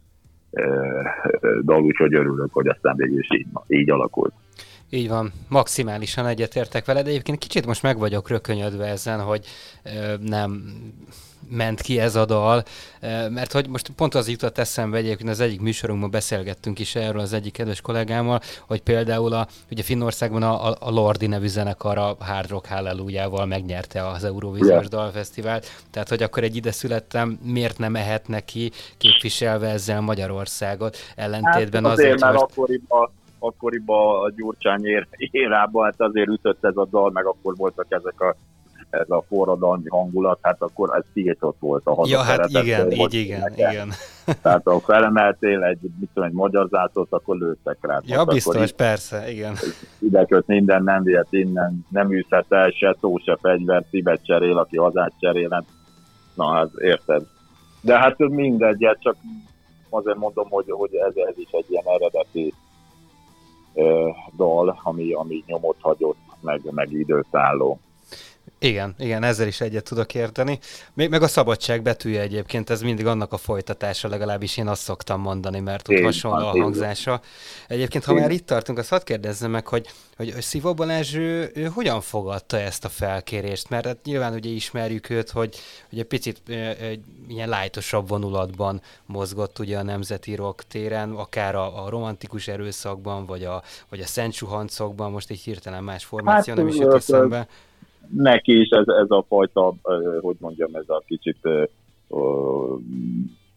dal, úgyhogy örülök, hogy aztán végül is így alakult. Így van, maximálisan egyetértek veled, de egyébként kicsit most meg vagyok rökönyödve ezen, hogy nem ment ki ez a dal, mert hogy most pont az jutott eszembe, egyébként az egyik műsorunkban beszélgettünk is erről az egyik kedves kollégámmal, hogy például ugye Finnországban a Lordi nevű zenekar a Hard Rock Hallelujah-val megnyerte az Eurovíziós Dalfesztivált, tehát hogy akkor egy Ide születtem, miért nem ehet neki képviselve ezzel Magyarországot, ellentétben hát azért, mert most... akkoriban a Gyurcsány érában, hát azért ütött ez a dal, meg akkor voltak ez a forradalmi hangulat, hát akkor ez tiltott volt a hazaszeretet. Ja, hát igen. Tehát ha felemeltél egy magyar zászlót, akkor lőttek rá. Ja, biztos, persze, igen. Ide köt minden, nem vihet innen, nem űzhet el se szó, se fegyver, szívet cserél, aki hazát cserél. Na, hát érted. De hát mindegy, csak azért mondom, hogy ez is egy ilyen eredeti dal, ami nyomot hagyott, meg időtálló. Igen, ezzel is egyet tudok érteni. Meg a szabadság betűje egyébként, ez mindig annak a folytatása, legalábbis én azt szoktam mondani, mert ott hasonló a hangzása. Egyébként, ha már itt tartunk, azt hadd kérdezzem meg, hogy Sziva Balázs, ő hogyan fogadta ezt a felkérést? Mert hát nyilván ugye ismerjük őt, hogy egy picit ilyen lájtosabb vonulatban mozgott ugye a nemzeti rock téren, akár a romantikus erőszakban, vagy a Szent Suhancokban, most egy hirtelen más formáció nem is jut eszembe. Neki is ez a fajta, hogy mondjam, ez a kicsit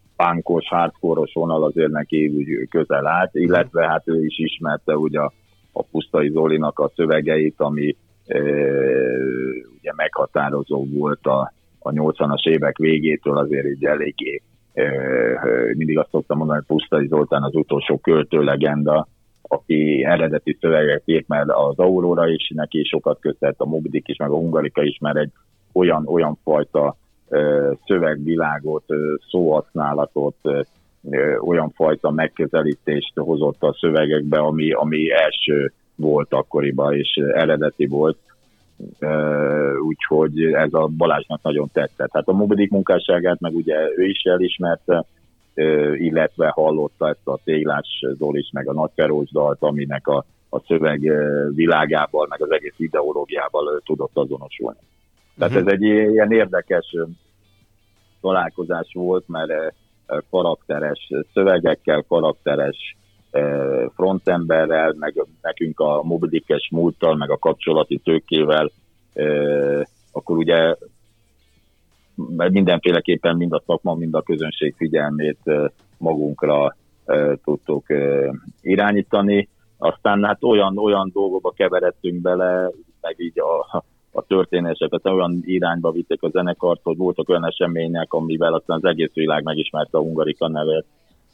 pánkos, hardcore-os vonal azért neki úgy közel állt, illetve hát ő is ismerte ugye a Pusztai Zolinak a szövegeit, ami ugye meghatározó volt a 80-as évek végétől, azért így eléggé mindig azt szoktam mondani, hogy Pusztai Zoltán az utolsó költőlegenda, aki eredeti szövegek írt, mert az Aurora is neki sokat köszönhet, a Moby Dick is, meg a Hungarika is, mert egy olyan fajta szövegvilágot, szóhasználatot, olyan fajta megközelítést hozott a szövegekbe, ami első volt akkoriban, és eredeti volt. Úgyhogy ez a Balázsnak nagyon tetszett. Hát a Moby Dick munkásságát meg ugye ő is elismerte, illetve hallotta ezt a Téglás Zolis meg a Nagyferós dalt, aminek a szöveg világával, meg az egész ideológiával tudott azonosulni. Tehát ez egy ilyen érdekes találkozás volt, mert karakteres szövegekkel, karakteres frontemberrel, meg nekünk a Moby Dick-es múlttal, meg a kapcsolati tőkével, akkor ugye mindenféleképpen mind a szakma, mind a közönség figyelmét magunkra tudtuk irányítani. Aztán hát olyan dolgokba keveredtünk bele, meg így a történéseket olyan irányba vitték a zenekart, hogy voltak olyan események, amivel aztán az egész világ megismerte a Hungarika nevet.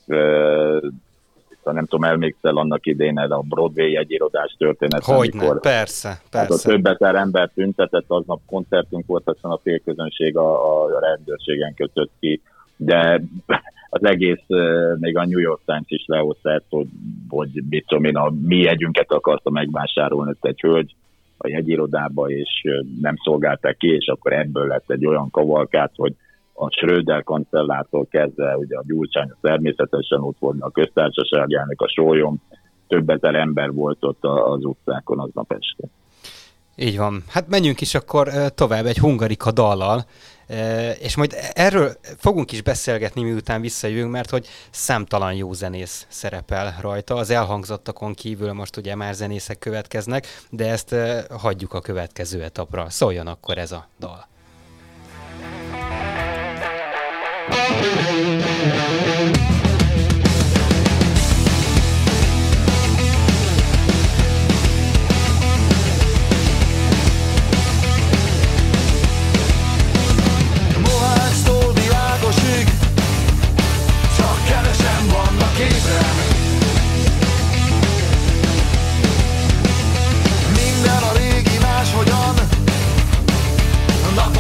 Nem tudom, emlékszel annak idén a Broadway jegyirodás történet. Hogyne, persze. Hát a több ezer ember tüntetett, aznap koncertünk volt, aztán a félközönség a rendőrségen kötött ki, de az egész, még a New York Times is lehozta, hogy mit tudom én, a mi jegyünket akarta megvásárolni egy hölgy a jegyirodába, és nem szolgálták ki, és akkor ebből lett egy olyan kavalkát, hogy a Schröder kancellártól kezdve, ugye a Gyurcsány természetesen ott volt, a köztársaság elnök, a Sólyom, több ezer ember volt ott az utcákon aznap este. Így van. Hát menjünk is akkor tovább egy Hungarika dallal, és majd erről fogunk is beszélgetni, miután visszajövünk, mert hogy számtalan jó zenész szerepel rajta. Az elhangzottakon kívül most ugye már zenészek következnek, de ezt hagyjuk a következő etapra. Szóljon akkor ez a dal. Mohácstól világosig csak kevesen vannak ébren. Minden a régi máshogyan, nap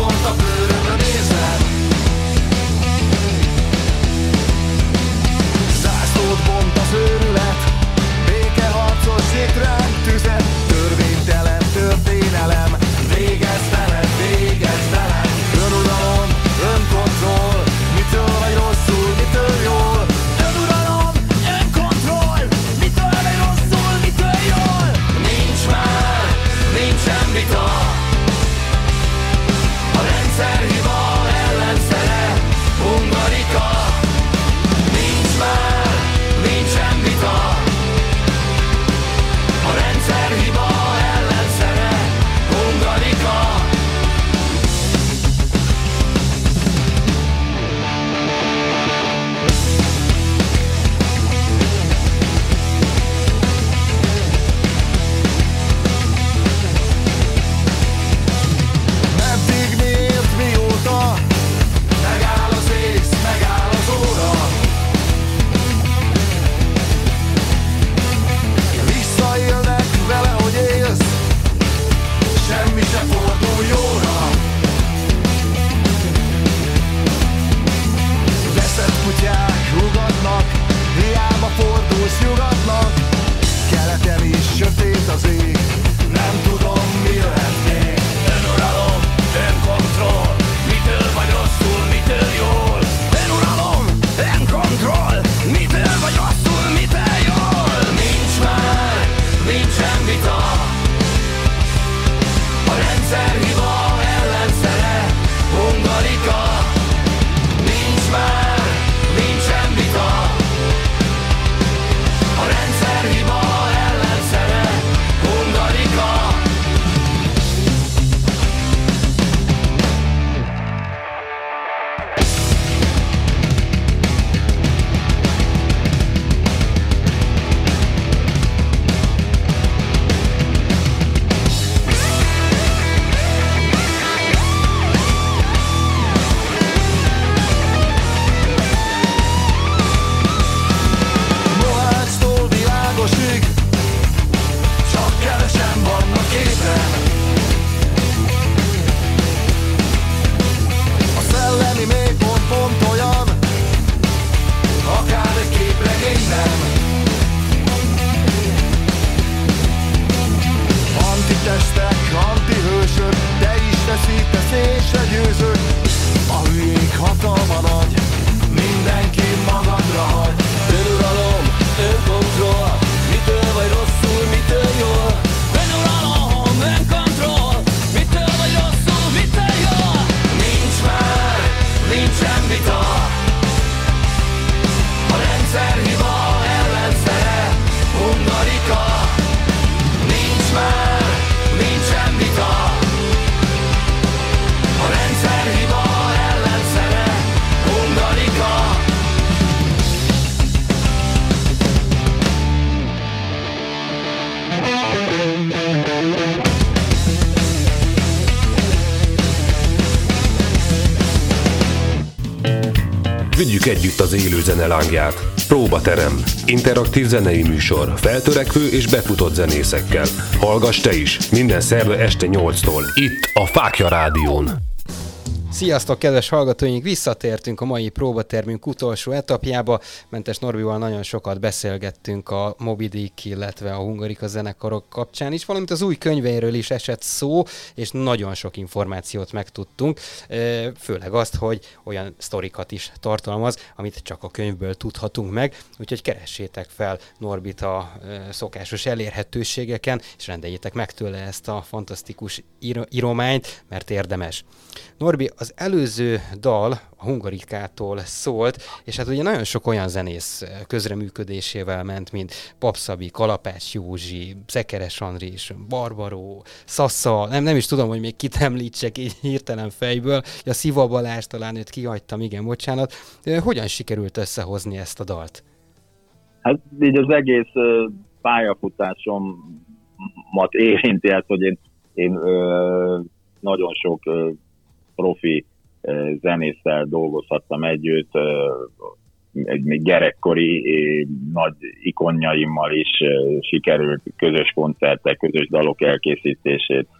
Vigyük együtt az élő zene lángját. Próbaterem. Interaktív zenei műsor. Feltörekvő és befutott zenészekkel. Hallgass te is. Minden szerda este 8-tól. Itt a Fáklya Rádión. Sziasztok, kedves hallgatóink! Visszatértünk a mai próbatermünk utolsó etapjába. Mentes Norbival nagyon sokat beszélgettünk a Moby Dick, illetve a Hungarika zenekarok kapcsán is, valamint az új könyveiről is esett szó, és nagyon sok információt megtudtunk. Főleg azt, hogy olyan sztorikat is tartalmaz, amit csak a könyvből tudhatunk meg. Úgyhogy keressétek fel Norbit a szokásos elérhetőségeken, és rendeljétek meg tőle ezt a fantasztikus írományt, mert érdemes. Norbi, az előző dal a Hungarikától szólt, és hát ugye nagyon sok olyan zenész közreműködésével ment, mint Papszabi, Kalapács Józsi, Szekeres Andris, Barbaró, Szassa, nem is tudom, hogy még kit említsek így hirtelen fejből, a Sziva Balázs, talán őt kihagytam, igen, bocsánat. Hogyan sikerült összehozni ezt a dalt? Hát így az egész pályafutásomat érinti ezt, hogy én nagyon sok profi zenésszel dolgozhattam együtt, még gyerekkori nagy ikonjaimmal is sikerült közös koncertek, közös dalok elkészítését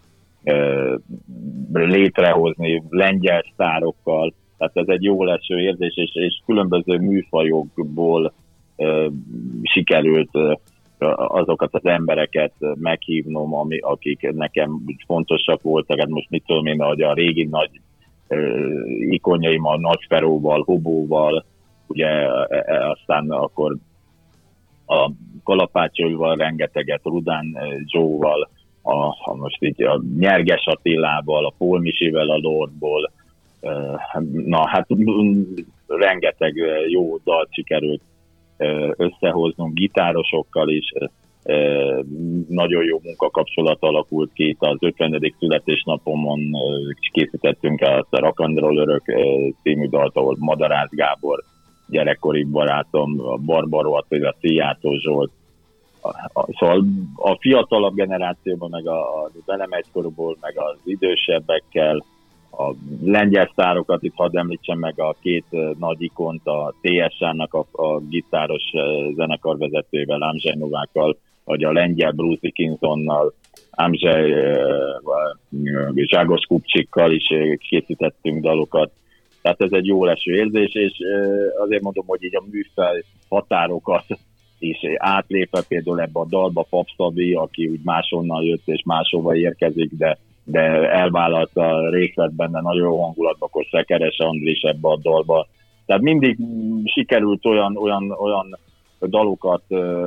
létrehozni, lengyel sztárokkal, tehát ez egy jó leső érzés, és különböző műfajokból sikerült azokat az embereket meghívnom, akik nekem fontosak voltak. Hát most mit tudom én, hogy a régi nagy ikonjaimmal, Nagy Feróval, Hobóval, ugye aztán akkor a Kalapács Jóval rengeteget, Rudán Zsóval, most így a Nyerges Attilával, a Pól Misivel a Lordból, na hát rengeteg jó dalt sikerült összehoznunk, gitárosokkal is, nagyon jó munkakapcsolat alakult ki. Itt az 50. születésnapomon készítettünk el azt a Rock and Roll Örök című dalt, ahol Madarász Gábor, gyerekkori barátom, a Barbaró Attila, Szijjártó Zsolt. Szóval a fiatalabb generációban, meg a velem egykorúból, meg az idősebbekkel, a lengyel sztárokat itt hadd említsem meg, a két nagy ikont, a TSA-nak a gitáros zenekarvezetővel, Andrzej Novákkal, vagy a lengyel Bruce Dickinsonnal, Andrzej Zságos Kupcsikkal is készítettünk dalokat. Tehát ez egy jó leső érzés, és azért mondom, hogy így a műfaj határokat is átlépve, például ebbe a dalba Papszabi, aki úgy máshonnan jött és máshova érkezik, de elvállalta, részt vett benne, nagyon jó hangulatban, akkor Szekeres Andris ebbe a dalba. Tehát mindig sikerült olyan dalokat,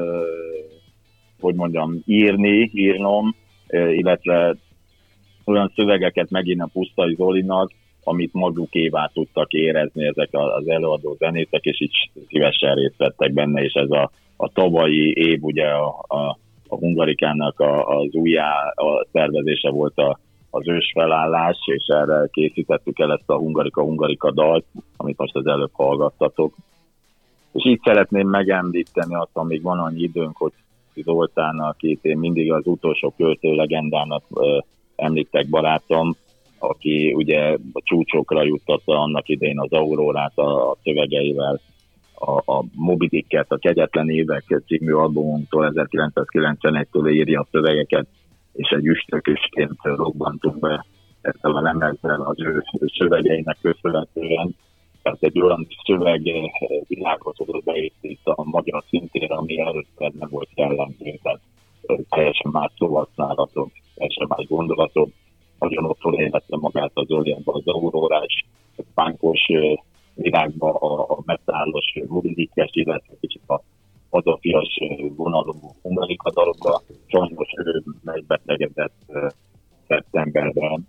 hogy mondjam, írnom, illetve olyan szövegeket megint a Pusztai Zolinak, amit magukévá tudtak érezni ezek az előadó zenészek, és így szívesen részt vettek benne, és ez a tavalyi év ugye a Hungarikának az a szervezése volt az ősfelállás, és erre készítettük el ezt a Hungarika dalt, amit most az előbb hallgattatok. És így szeretném megemlíteni azt, amíg van annyi időnk, hogy Zoltán, akit én mindig az utolsó költő legendának említek, barátom, aki ugye a csúcsokra juttatta annak idején az Aurórát a szövegeivel, a Moby Dicket, a Kegyetlen Évek című albumunktól 1991-től írja a szövegeket, és egy üstökösként robbantunk be ezzel a lemezzel az ő szövegeinek köszönhetően. Tehát egy olyan szövegvilágot tudott beépíteni a magyar szintére, ami először nem volt jellemző, tehát teljesen más szóhasználatok, teljesen más gondolatok. Nagyon otthon élette magát az Zoliánban az aurórás, pánkos világban a metálos, Moby-Dickes, illetve kicsit a hazafias vonalú Hungarika dalokba. Sajnos ő megbetegedett szeptemberben.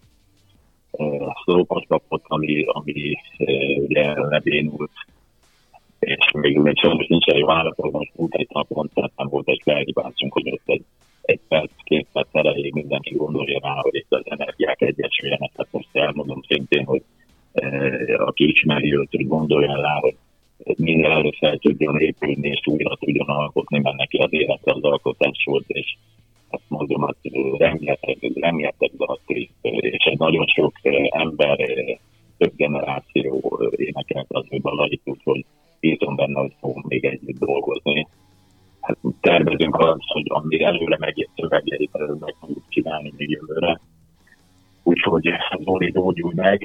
Szlópas kapott, ami ugye lebénult, és még sajnos nincs egy válaszol, most múlt egy napon, tehát volt egy felhívásunk, hogy ott egy perc, 2 perc erejéig mindenki gondolja rá, hogy itt az energiák egyesüljenek. Hát most elmondom szintén, hogy aki ismeri őt, hogy gondolja rá, hogy minél előbb fel tudjon épülni, és újra tudjon alkotni, mert neki az élete az alkotás volt, és azt mondom, hogy rengeteg dalt, és egy nagyon sok ember több generáció énekelt az ő dalait, úgyhogy bízom benne, hogy fogunk még együtt dolgozni. Hát tervezünk arra, hogy ami előre megért szövegeit meg fogjuk csinálni még jövőre. Úgyhogy Zoli, gyógyulj meg.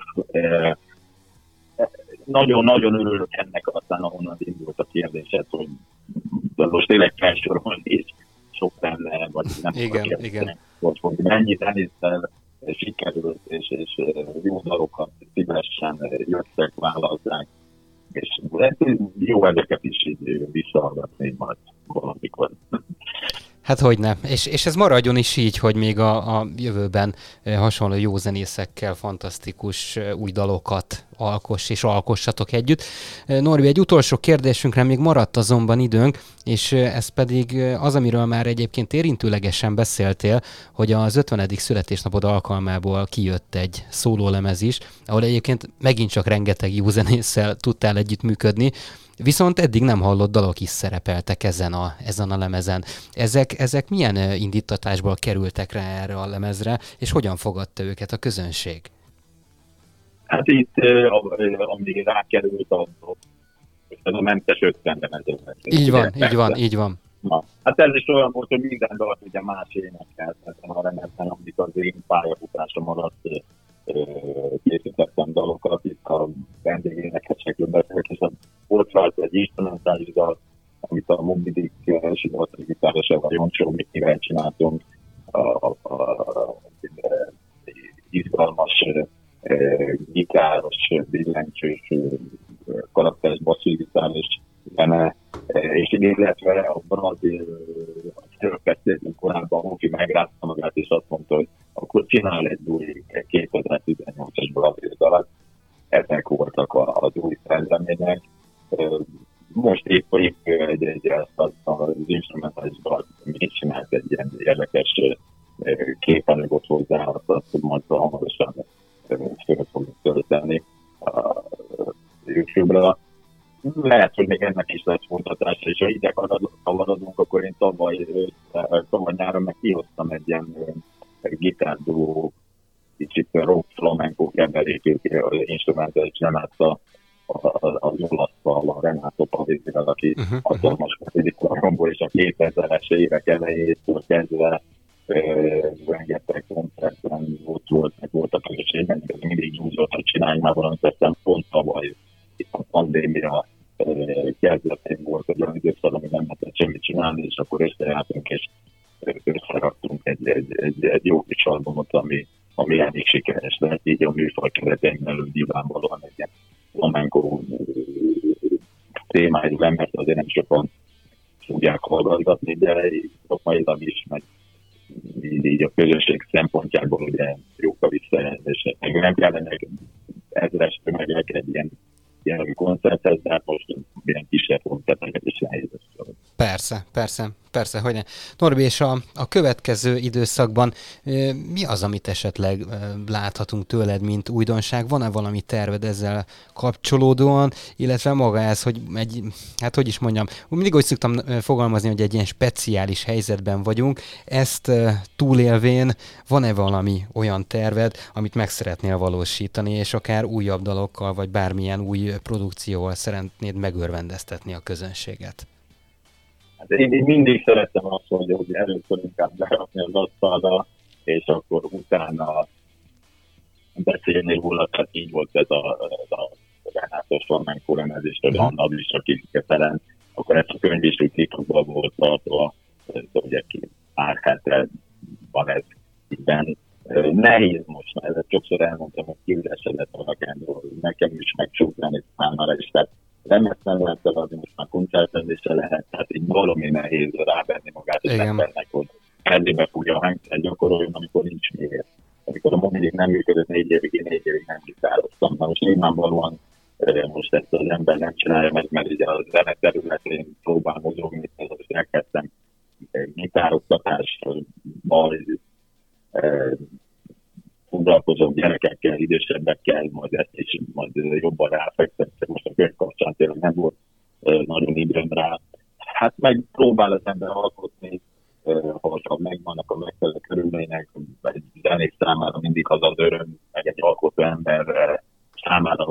Nagyon-nagyon örülök ennek, aztán ahonnan indult a kérdésed, hogy most tényleg kell sorolni, és sok lenne, vagy nem igen. Hogy mennyi zenésszel sikerült, és jó dalokat szívesen jöttek, választák, és jó ezeket is így visszahallgatni majd valamikor. Hát hogyne. És ez maradjon is így, hogy még a jövőben hasonló jó zenészekkel fantasztikus új dalokat alkossatok együtt. Norbi, egy utolsó kérdésünkre még maradt azonban időnk, és ez pedig az, amiről már egyébként érintőlegesen beszéltél, hogy az 50. születésnapod alkalmából kijött egy szólólemez is, ahol egyébként megint csak rengeteg jó zenésszel tudtál együttműködni, viszont eddig nem hallott dalok is szerepeltek ezen a lemezen. Ezek milyen indítatásból kerültek rá erre a lemezre, és hogyan fogadta őket a közönség? Hát itt, amíg rákerült ez a mentes 50 lemezőnek. Így van. Na, hát ez is olyan volt, hogy minden dalt ugye más énekelt ezen a lemezen, amik az én pályafutásom alatt készítettem dalokat, itt a vendégénekesekről beszélek, és volt rajta egy instrumentális dal, amit a Moby Dick sivatagi gitárosa vagy Joncsó Mikivel csináltunk, izgalmas gitáros, billentyűs, karakteres basszusgitáros zene, és illetve a brazil, akiről beszéltünk korábban, Mofi megrázta magát, és azt mondta, hogy akkor csinál egy új 2018-as brazil dalat. Ezek voltak az új szerzemények. Most épp az instrumentális dalat még csinált egy ilyen érdekes képanyagot hozzá, azt majd hamarosan föl fogjuk tölteni a YouTube-ra. Lehet, hogy még ennek is lesz folytatása, és ha ide maradunk, akkor én tavaly nyáron meg kihoztam egy ilyen gitárduó, kicsit rock flamenco keverékét, az instrumentális lemezzel az olasszal, a Renato Pavizivel, aki hatalmas fizikoromból, és a 2000-es évek elejétől kezdve rengeteg koncertben volt a közösségben, ez mindig nyújtott, hogy csinálj már valamit, aztán pont tavaly itt a pandémia kezdetén volt egy olyan időszak, ami nem lehetett semmit csinálni, és akkor összejártunk, és összeraktunk egy jó kis albumot, ami elég sikeres lett, így a műfaj keretein belül nyilvánvalóan egy ilyen flamenco témájú lemez, azért nem sokan tudják hallgatni, de szakmailag is, meg így a közösség szempontjából ugye jók a visszajelzések. Nem kellene ezres tömegek egy ilyen koncerthez, de hát most ilyen kisebb koncerteket is nehéz. Persze, hogy ne. Norbi, és a következő időszakban mi az, amit esetleg láthatunk tőled, mint újdonság? Van-e valami terved ezzel kapcsolódóan, illetve maga ez, hogy mindig úgy szoktam fogalmazni, hogy egy ilyen speciális helyzetben vagyunk. Ezt túlélvén van-e valami olyan terved, amit meg szeretnél valósítani, és akár újabb dalokkal, vagy bármilyen új produkcióval szeretnéd megörvendeztetni a közönséget? Hát én mindig szerettem azt, hogy először inkább lerakni az asztalra, és akkor utána beszélni róla, tehát így volt ez a Renátos flamenco lemez, és hogy Anna is, aki Ferenc, akkor ezt a könyv is úgy titokban volt tartva, ugye pár hete van ez ígyben. Nehéz most, mert ezt sokszor elmondtam, hogy kiüresedett a rakándról, nekem is megcsúszani számára is, tehát lemezt nem lehet feladni, most már koncertezésre lehet, tehát így valami nehéz rávenni magát az embernek, hogy kezébe fogja a hangszert gyakoroljon, amikor nincs miért. Amikor a Mobilik nem működött 4 évig, én 4 évig nem gitároztam. Na most nyilvánvalóan most ezt az ember nem csinálja, mert ugye a zene területén próbál mozogni, tehát most elkezdtem gitároztatással, foglalkozom gyerekekkel, idősebbekkel, majd ezt is majd jobban ráfektettek. Most a könyv kapcsán tényleg nem volt nagyon időm rá. Hát meg próbál az ember alkotni, ha megvannak a megfelelő körülmények, egy zenész számára mindig az az öröm, meg egy alkotó ember számára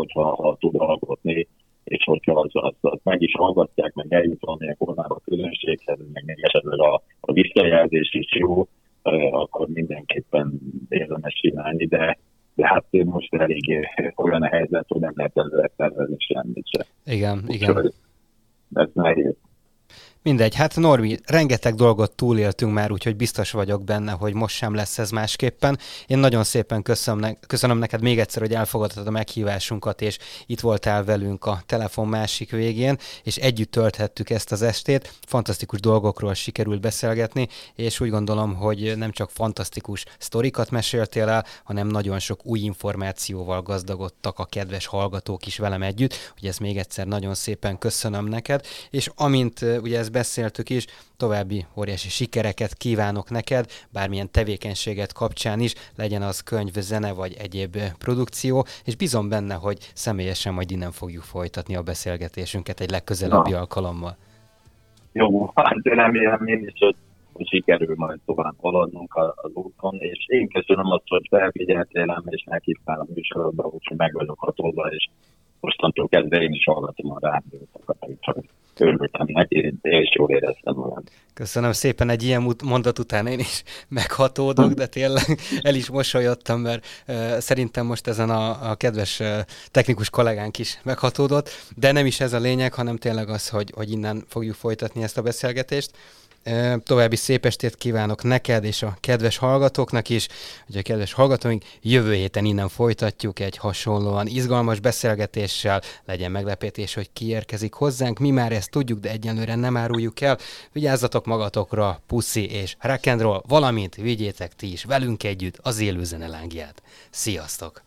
hogyha tud alkotni, és hogyha azt meg is hallgatják, meg eljut valamilyen formába a közönséghez, meg esetleg a visszajelzés is jó, akkor mindenképpen érdemes csinálni, de hát most elég olyan a helyzet, hogy nem lehet ezzel tervezni semmit se. Igen. Ez nehéz. Mindegy, hát Norbi, rengeteg dolgot túléltünk már, úgyhogy biztos vagyok benne, hogy most sem lesz ez másképpen. Én nagyon szépen köszönöm neked még egyszer, hogy elfogadtad a meghívásunkat, és itt voltál velünk a telefon másik végén, és együtt tölthettük ezt az estét. Fantasztikus dolgokról sikerült beszélgetni, és úgy gondolom, hogy nem csak fantasztikus sztorikat meséltél el, hanem nagyon sok új információval gazdagodtak a kedves hallgatók is velem együtt, hogy ezt még egyszer nagyon szépen köszönöm neked, és amint ugye ezt beszéltük is, további óriási sikereket kívánok neked, bármilyen tevékenységet kapcsán is, legyen az könyv, zene vagy egyéb produkció, és bízom benne, hogy személyesen majd innen fogjuk folytatni a beszélgetésünket egy legközelebbi alkalommal. Jó, hát remélem én is, hogy sikerül majd tovább haladnunk az úton, és én köszönöm azt, hogy felfigyeltél és meghívtál a műsorodba, úgyhogy meg vagyok hatódva, és mostantól kezdve én is hallgatom a rádiót, csak örültem neki, és jól éreztem magam. Köszönöm szépen, egy ilyen mondat után én is meghatódok, de tényleg el is mosolyodtam, mert szerintem most ezen a kedves technikus kollégánk is meghatódott, de nem is ez a lényeg, hanem tényleg az, hogy innen fogjuk folytatni ezt a beszélgetést. További szép estét kívánok neked és a kedves hallgatóknak is, hogy a kedves hallgatóink jövő héten innen folytatjuk egy hasonlóan izgalmas beszélgetéssel, legyen meglepetés, hogy ki érkezik hozzánk, mi már ezt tudjuk, de egyenlőre nem áruljuk el. Vigyázzatok magatokra, puszi és rock and roll, valamint vigyétek ti is velünk együtt az élő zene lángját. Sziasztok!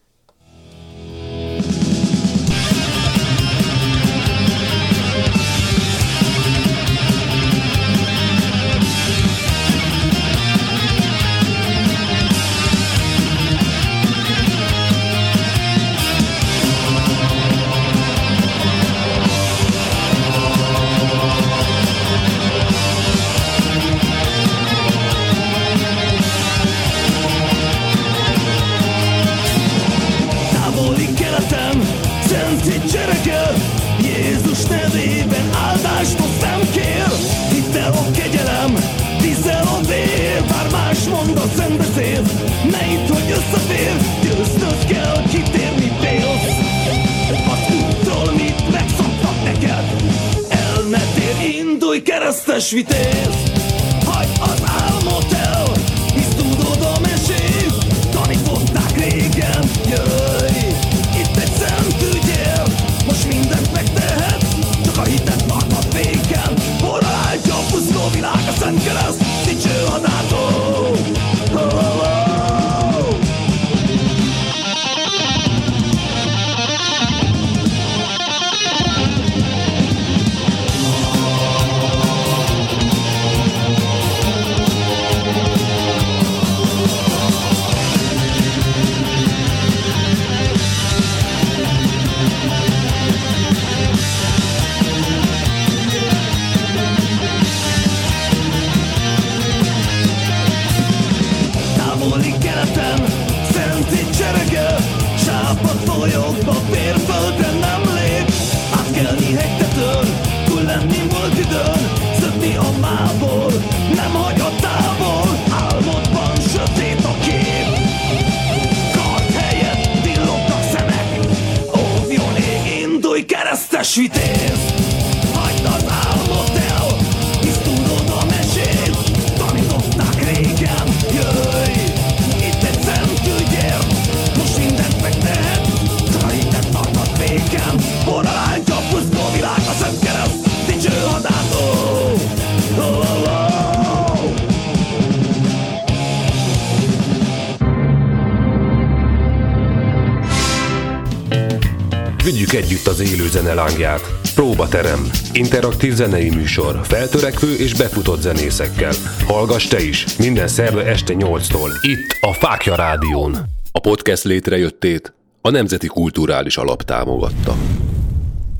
Jézus nevében áldást hozzám kér, hittel a kegyelem, vízzel a vér, bár más mond a szentbeszéd, ne hidd, hogy összefér, győznöd kell, kitérni félsz. Az útról mit megszabtak neked, el ne tér, indulj keresztes vitéz. Hagyd az álmot el, hisz tudod a mesét, tanították régen, jöjj, itt egy szent ügyér. Most mindent megtehet, csak a hitet tarthat féken. Forra álltja a pusztó világ, a szent kereszt, dicső hadától. Folyókba, férföldre nem lép, átkelni hegytetőn, túl lenni múlt időn, szökni a mából, nem hagy a távol, álmodban sötét a kép. Kard helyett villognak szemek, óvjon ég, indulj keresztes vitéz. Hagyd az álmot el, hisz tudod a mesét, tanították régen, jöjj, itt egy szent ügyér, most mindent megtehet. Féken, forra lántja a pusztó világ, a szent kereszt, dicső hadától. Vigyük együtt az élő zene lángját. Próbaterem. Interaktív zenei műsor. Feltörekvő és befutott zenészekkel. Hallgass te is. Minden szerda este 8-tól. Itt a Fákja Rádión. A podcast létrejöttét a Nemzeti Kulturális Alap támogatta.